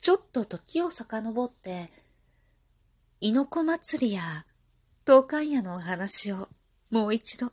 ちょっと時を遡って、猪子祭りや東海屋のお話をもう一度。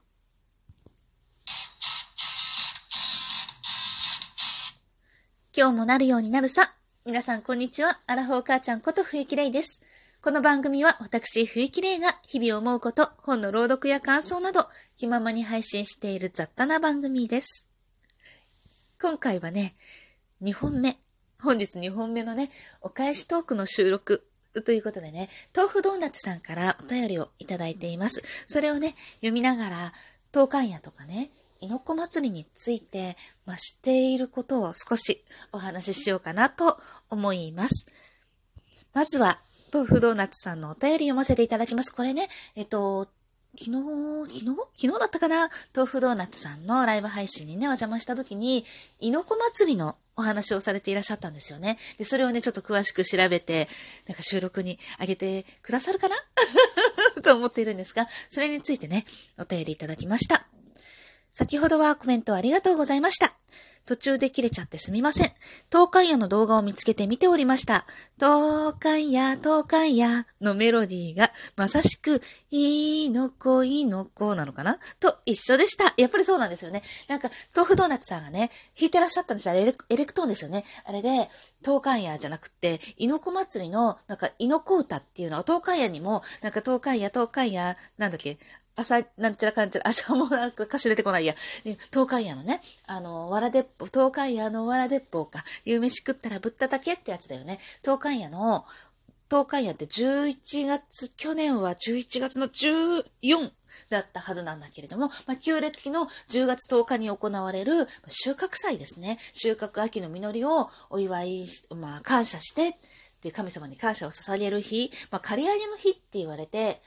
今日もなるようになるさ。皆さんこんにちは。アラフォー母ちゃんこと冬木玲です。この番組は私冬木玲が日々思うこと、本の朗読や感想など気ままに配信している雑多な番組です。今回はね、本日2本目のね、お返しトークの収録ということでね、豆腐ドーナツさんからお便りをいただいています。それをね、読みながら、東海屋とかね、猪子祭りについて、知っていることを少しお話ししようかなと思います。まずは、豆腐ドーナツさんのお便り読ませていただきます。これね、昨日だったかな、豆腐ドーナツさんのライブ配信にね、お邪魔した時に、猪子祭りのお話をされていらっしゃったんですよね。で、それをね、ちょっと詳しく調べて、収録にあげてくださるかなと思っているんですが、それについてね、お便りいただきました。先ほどはコメントありがとうございました。途中で切れちゃってすみません。東海屋の動画を見つけて見ておりました。東海屋のメロディーがまさしくいのこなのかなと一緒でした。やっぱりそうなんですよね。豆腐ドーナツさんがね、弾いてらっしゃったんですよ。エレクトーンですよね。あれで、東海屋じゃなくて、猪子祭りの、猪子歌っていうのは東海屋にも、東海屋、なんだっけ、なんちゃらかんちゃら、もう歌詞出てこないや。東海屋のね、東海屋のわらでっぽうか。夕飯食ったらぶったたけってやつだよね。東海屋って去年は11月の14だったはずなんだけれども、旧暦の10月10日に行われる収穫祭ですね。収穫秋の実りをお祝い、感謝して、で神様に感謝を捧げる日、刈り上げの日って言われて、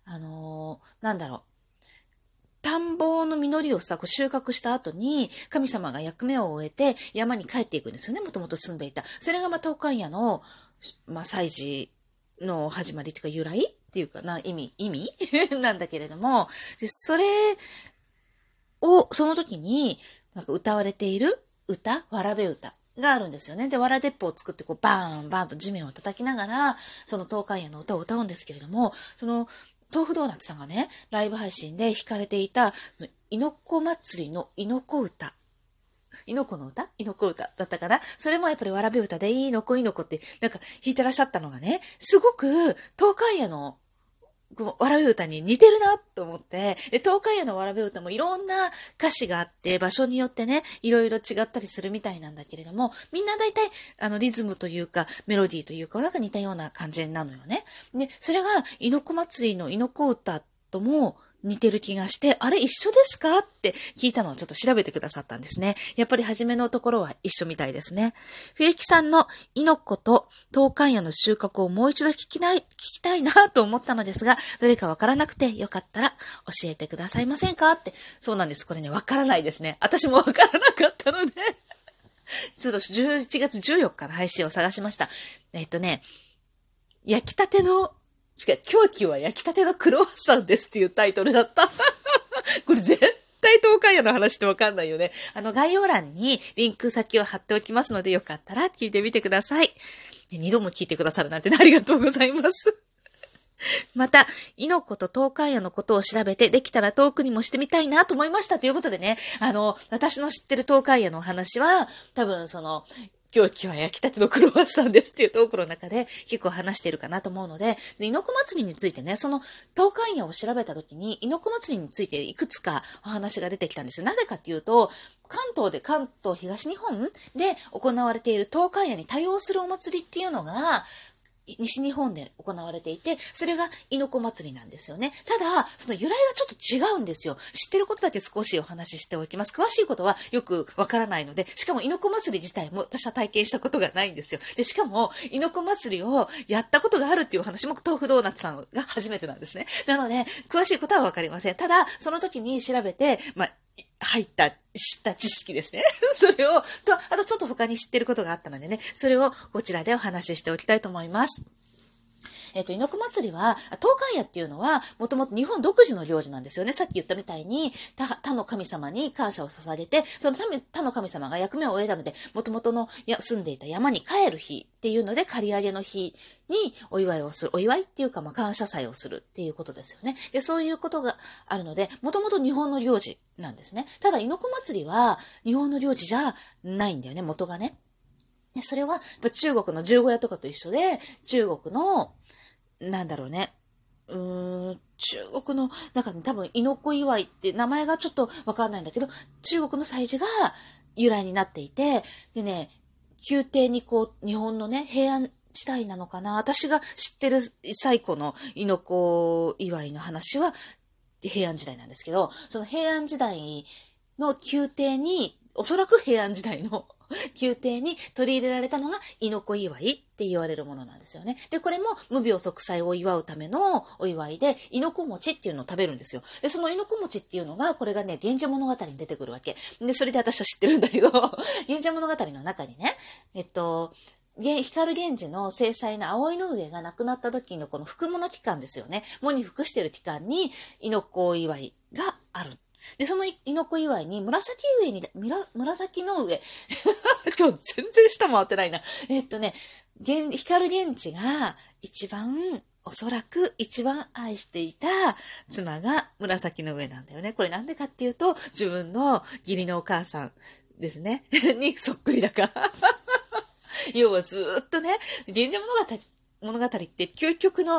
田んぼの実りを収穫した後に、神様が役目を終えて山に帰っていくんですよね。もともと住んでいた。それが東海屋の、祭事の始まりというか由来っていうかな、意味なんだけれども、で、それを、その時に、歌われている歌、わらべ歌があるんですよね。で、わらでっぽを作ってバーンバーンと地面を叩きながら、その東海屋の歌を歌うんですけれども、豆腐ドーナツさんがね、ライブ配信で弾かれていた、猪子祭りの猪子歌。猪子歌だったかな。それもやっぱりわらべ歌で、猪子って、弾いてらっしゃったのがね、すごく東海屋のわらべ歌に似てるなと思って、で、東海屋のわらべ歌もいろんな歌詞があって、場所によってね、いろいろ違ったりするみたいなんだけれども、みんな大体、リズムというか、メロディーというか、似たような感じなのよね。で、それが、猪子祭りの猪子歌とも、似てる気がして、あれ一緒ですかって聞いたのをちょっと調べてくださったんですね。やっぱり初めのところは一緒みたいですね。冬木さんの猪子と東海屋の収穫をもう一度聞きたいなと思ったのですが、どれかわからなくてよかったら教えてくださいませんかって。そうなんです。これね、わからないですね。私もわからなかったので。ちょっと11月14日の配信を探しました。焼きたての狂気は焼きたてのクロワッサンですっていうタイトルだった。これ絶対東海屋の話ってわかんないよね。概要欄にリンク先を貼っておきますので、よかったら聞いてみてください。2度も聞いてくださるなんてありがとうございます。また、猪子と東海屋のことを調べて、できたらトークにもしてみたいなと思いましたということでね、私の知ってる東海屋のお話は、多分狂気は焼きたてのクロワッサンですっていうトークの中で結構話しているかなと思うので、猪子祭りについてね、東海屋を調べた時に、猪子祭りについていくつかお話が出てきたんです。なぜかっていうと、関東東日本で行われている東海屋に対応するお祭りっていうのが、西日本で行われていて、それが猪子祭りなんですよね。ただ、その由来はちょっと違うんですよ。知ってることだけ少しお話ししておきます。詳しいことはよくわからないので、しかも猪子祭り自体も私は体験したことがないんですよ。で、しかも、猪子祭りをやったことがあるっていう話も豆腐ドーナツさんが初めてなんですね。なので、詳しいことはわかりません。ただ、その時に調べて、知った知識ですね。それを、あとちょっと他に知ってることがあったのでね、それをこちらでお話ししておきたいと思います。 猪子祭りは、東海夜っていうのは、もともと日本独自の行事なんですよね。さっき言ったみたいに、他の神様に感謝を捧げて、その他の神様が役目を終えたので、もともとの住んでいた山に帰る日っていうので、刈り上げの日にお祝いをする。お祝いっていうか、感謝祭をするっていうことですよね。で、そういうことがあるので、もともと日本の行事なんですね。ただ、猪子祭りは、日本の行事じゃないんだよね、元がね。で、それは、中国の十五夜とかと一緒で、中国の、なんだろうね。中国の、多分、猪子祝いって名前がちょっとわかんないんだけど、中国の祭事が由来になっていて、でね、宮廷に日本のね、平安時代なのかな。私が知ってる最古の猪子祝いの話は平安時代なんですけど、その平安時代の宮廷に、おそらく平安時代の宮廷に取り入れられたのが猪子祝いって言われるものなんですよね。で、これも無病息災を祝うためのお祝いで、猪子餅っていうのを食べるんですよ。で、その猪子餅っていうのが、これがね、源氏物語に出てくるわけ。で、それで私は知ってるんだけど、源氏物語の中にね、光源氏の正妻の葵の上が亡くなった時のこの服物期間ですよね。喪に服している期間に猪子祝いがある。で、その猪子祝いに紫の上。今日全然下回ってないな。光源氏がおそらく一番愛していた妻が紫の上なんだよね。これなんでかっていうと、自分の義理のお母さんですね。にそっくりだから。要はずーっとね、源氏物語って究極の、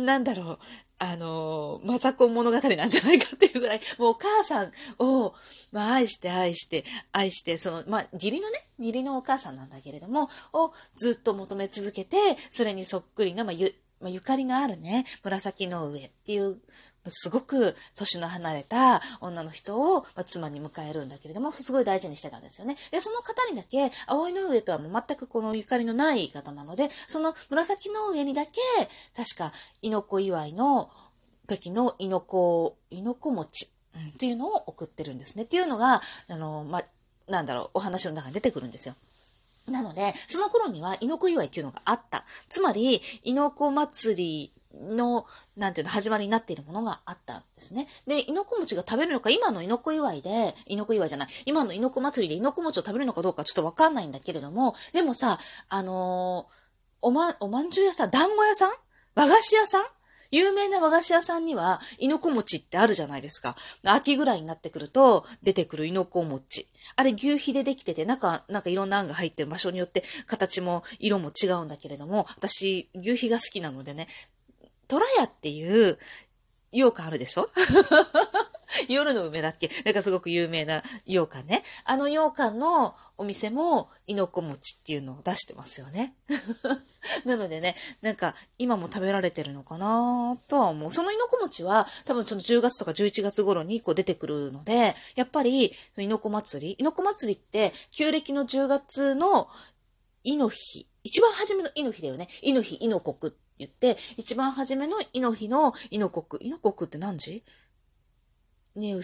マザコン物語なんじゃないかっていうぐらい、もうお母さんを、愛して、義理のお母さんなんだけれども、をずっと求め続けて、それにそっくりな、ゆかりのあるね、紫の上っていう、すごく年の離れた女の人を、妻に迎えるんだけれども、すごい大事にしてたんですよね。で、その方にだけ、葵の上とはもう全くこのゆかりのない方なので、その紫の上にだけ、確か、猪子祝いの時の猪子餅、っていうのを送ってるんですね。っていうのが、お話の中に出てくるんですよ。なので、その頃には猪子祝いっていうのがあった。つまり、猪子祭りの、始まりになっているものがあったんですね。で、猪子餅が食べるのか、今の猪子祭りで猪子餅を食べるのかどうかちょっとわかんないんだけれども、でもさ、おまんじゅう屋さん、団子屋さん和菓子屋さん有名な和菓子屋さんには、猪子餅ってあるじゃないですか。秋ぐらいになってくると、出てくる猪子餅。あれ、牛皮でできてて、なんかいろんなあんが入ってる場所によって、形も色も違うんだけれども、私、牛皮が好きなのでね、トラヤっていう羊羹あるでしょ夜の梅だっけすごく有名な羊羹ね。あの羊羹のお店も猪子餅っていうのを出してますよね。なのでね、今も食べられてるのかなとは思う。その猪子餅は多分その10月とか11月頃に出てくるので、やっぱり猪子祭りって旧暦の10月の猪日、一番初めの猪日だよね。猪日、猪国って言って、一番初めの猪日の猪国って何時ねえ、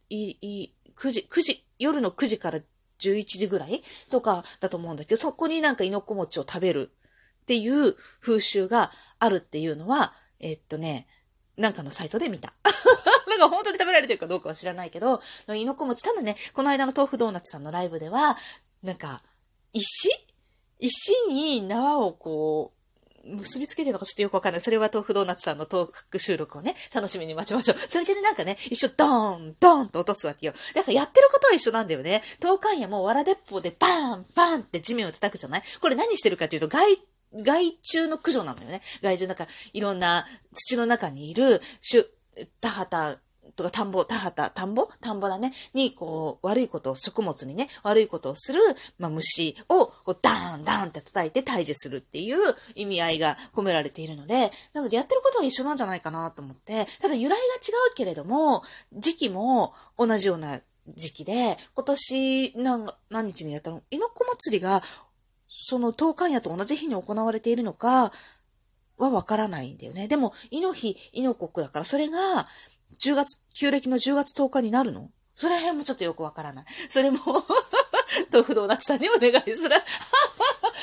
夜の9時から11時ぐらいとかだと思うんだけど、そこに猪子餅を食べるっていう風習があるっていうのは、のサイトで見た。本当に食べられてるかどうかは知らないけど、猪子餅、ただね、この間の豆腐ドーナツさんのライブでは、石に縄を結びつけてるのかちょっとよくわかんない。それは豆腐ドーナツさんのトーク収録をね、楽しみに待ちましょう。それで一緒ドーンと落とすわけよ。だからやってることは一緒なんだよね。東海山も藁鉄砲でバーンって地面を叩くじゃない？これ何してるかというと、害虫の駆除なのよね。害虫いろんな土の中にいる田畑とか田んぼだね。に、悪いことを、食物にね、悪いことをする、虫を、ダーンって叩いて退治するっていう意味合いが込められているので、なのでやってることは一緒なんじゃないかなと思って、ただ由来が違うけれども、時期も同じような時期で、今年何日にやったの？猪子祭りが、その東海夜と同じ日に行われているのかはわからないんだよね。でも、猪日、猪国だから、それが、旧暦の10月10日になるの？それ辺もちょっとよくわからない。それも、豆腐ドーナツさんにお願いする。全部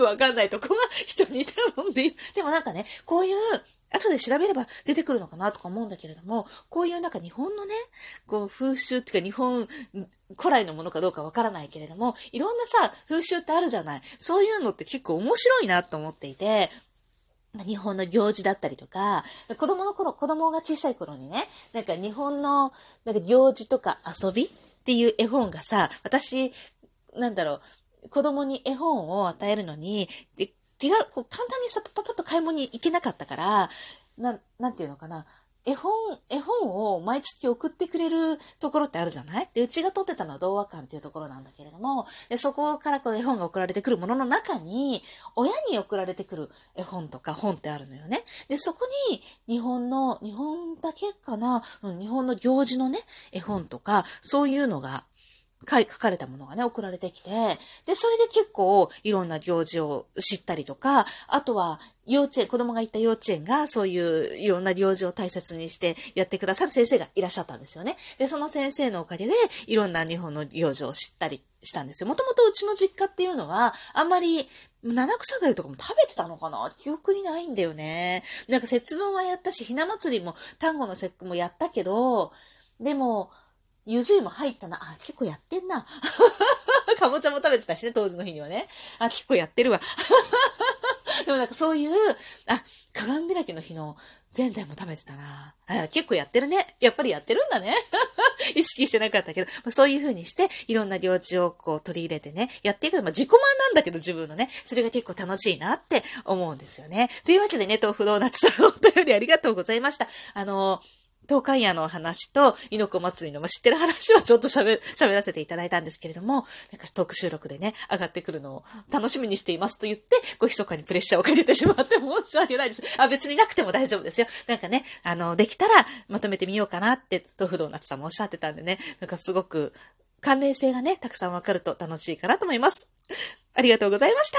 わかんないとこが人に頼んでいる。でもなんかね、こういう、後で調べれば出てくるのかなとか思うんだけれども、こういうなんか日本のね、こう風習っていうか日本、古来のものかどうかわからないけれども、いろんなさ、風習ってあるじゃない。そういうのって結構面白いなと思っていて、日本の行事だったりとか、子供が小さい頃にね、なんか日本のなんか行事とか遊びっていう絵本がさ、私、子供に絵本を与えるのに、簡単にさ、パパッと買い物に行けなかったから、なんていうのかな。絵本を毎月送ってくれるところってあるじゃない？で、うちが撮ってたのは童話館っていうところなんだけれども、で、そこからこう絵本が送られてくるものの中に、親に送られてくる絵本とか本ってあるのよね。で、そこに日本だけかな、日本の行事のね、絵本とか、そういうのが、書かれたものがね、送られてきて、で、それで結構いろんな行事を知ったりとか、あとは子供が行った幼稚園がそういういろんな行事を大切にしてやってくださる先生がいらっしゃったんですよね。で、その先生のおかげでいろんな日本の行事を知ったりしたんですよ。もともとうちの実家っていうのは、あんまり七草がゆとかも食べてたのかな？記憶にないんだよね。なんか節分はやったし、ひな祭りも端午の節句もやったけど、でも、ゆず湯も入ったな。あ、結構やってんな。かぼちゃも食べてたしね、当時の日にはね。あ、結構やってるわ。でもなんかそういう、鏡開きの日のぜんざいも食べてたな。結構やってるね。やっぱりやってるんだね。意識してなかったけど、そういう風にして、いろんな行事をこう取り入れてね、やっていく。自己満なんだけど自分のね、それが結構楽しいなって思うんですよね。というわけでね、豆腐ドーナツさんお便りありがとうございました。東海屋の話と、猪子祭りの、知ってる話はちょっと喋らせていただいたんですけれども、なんかトーク収録でね、上がってくるのを楽しみにしていますと言って、密かにプレッシャーをかけてしまって申し訳ないです。別になくても大丈夫ですよ。なんかね、できたらまとめてみようかなって、豆腐ドーナツさんもおっしゃってたんでね、なんかすごく関連性がね、たくさんわかると楽しいかなと思います。ありがとうございました。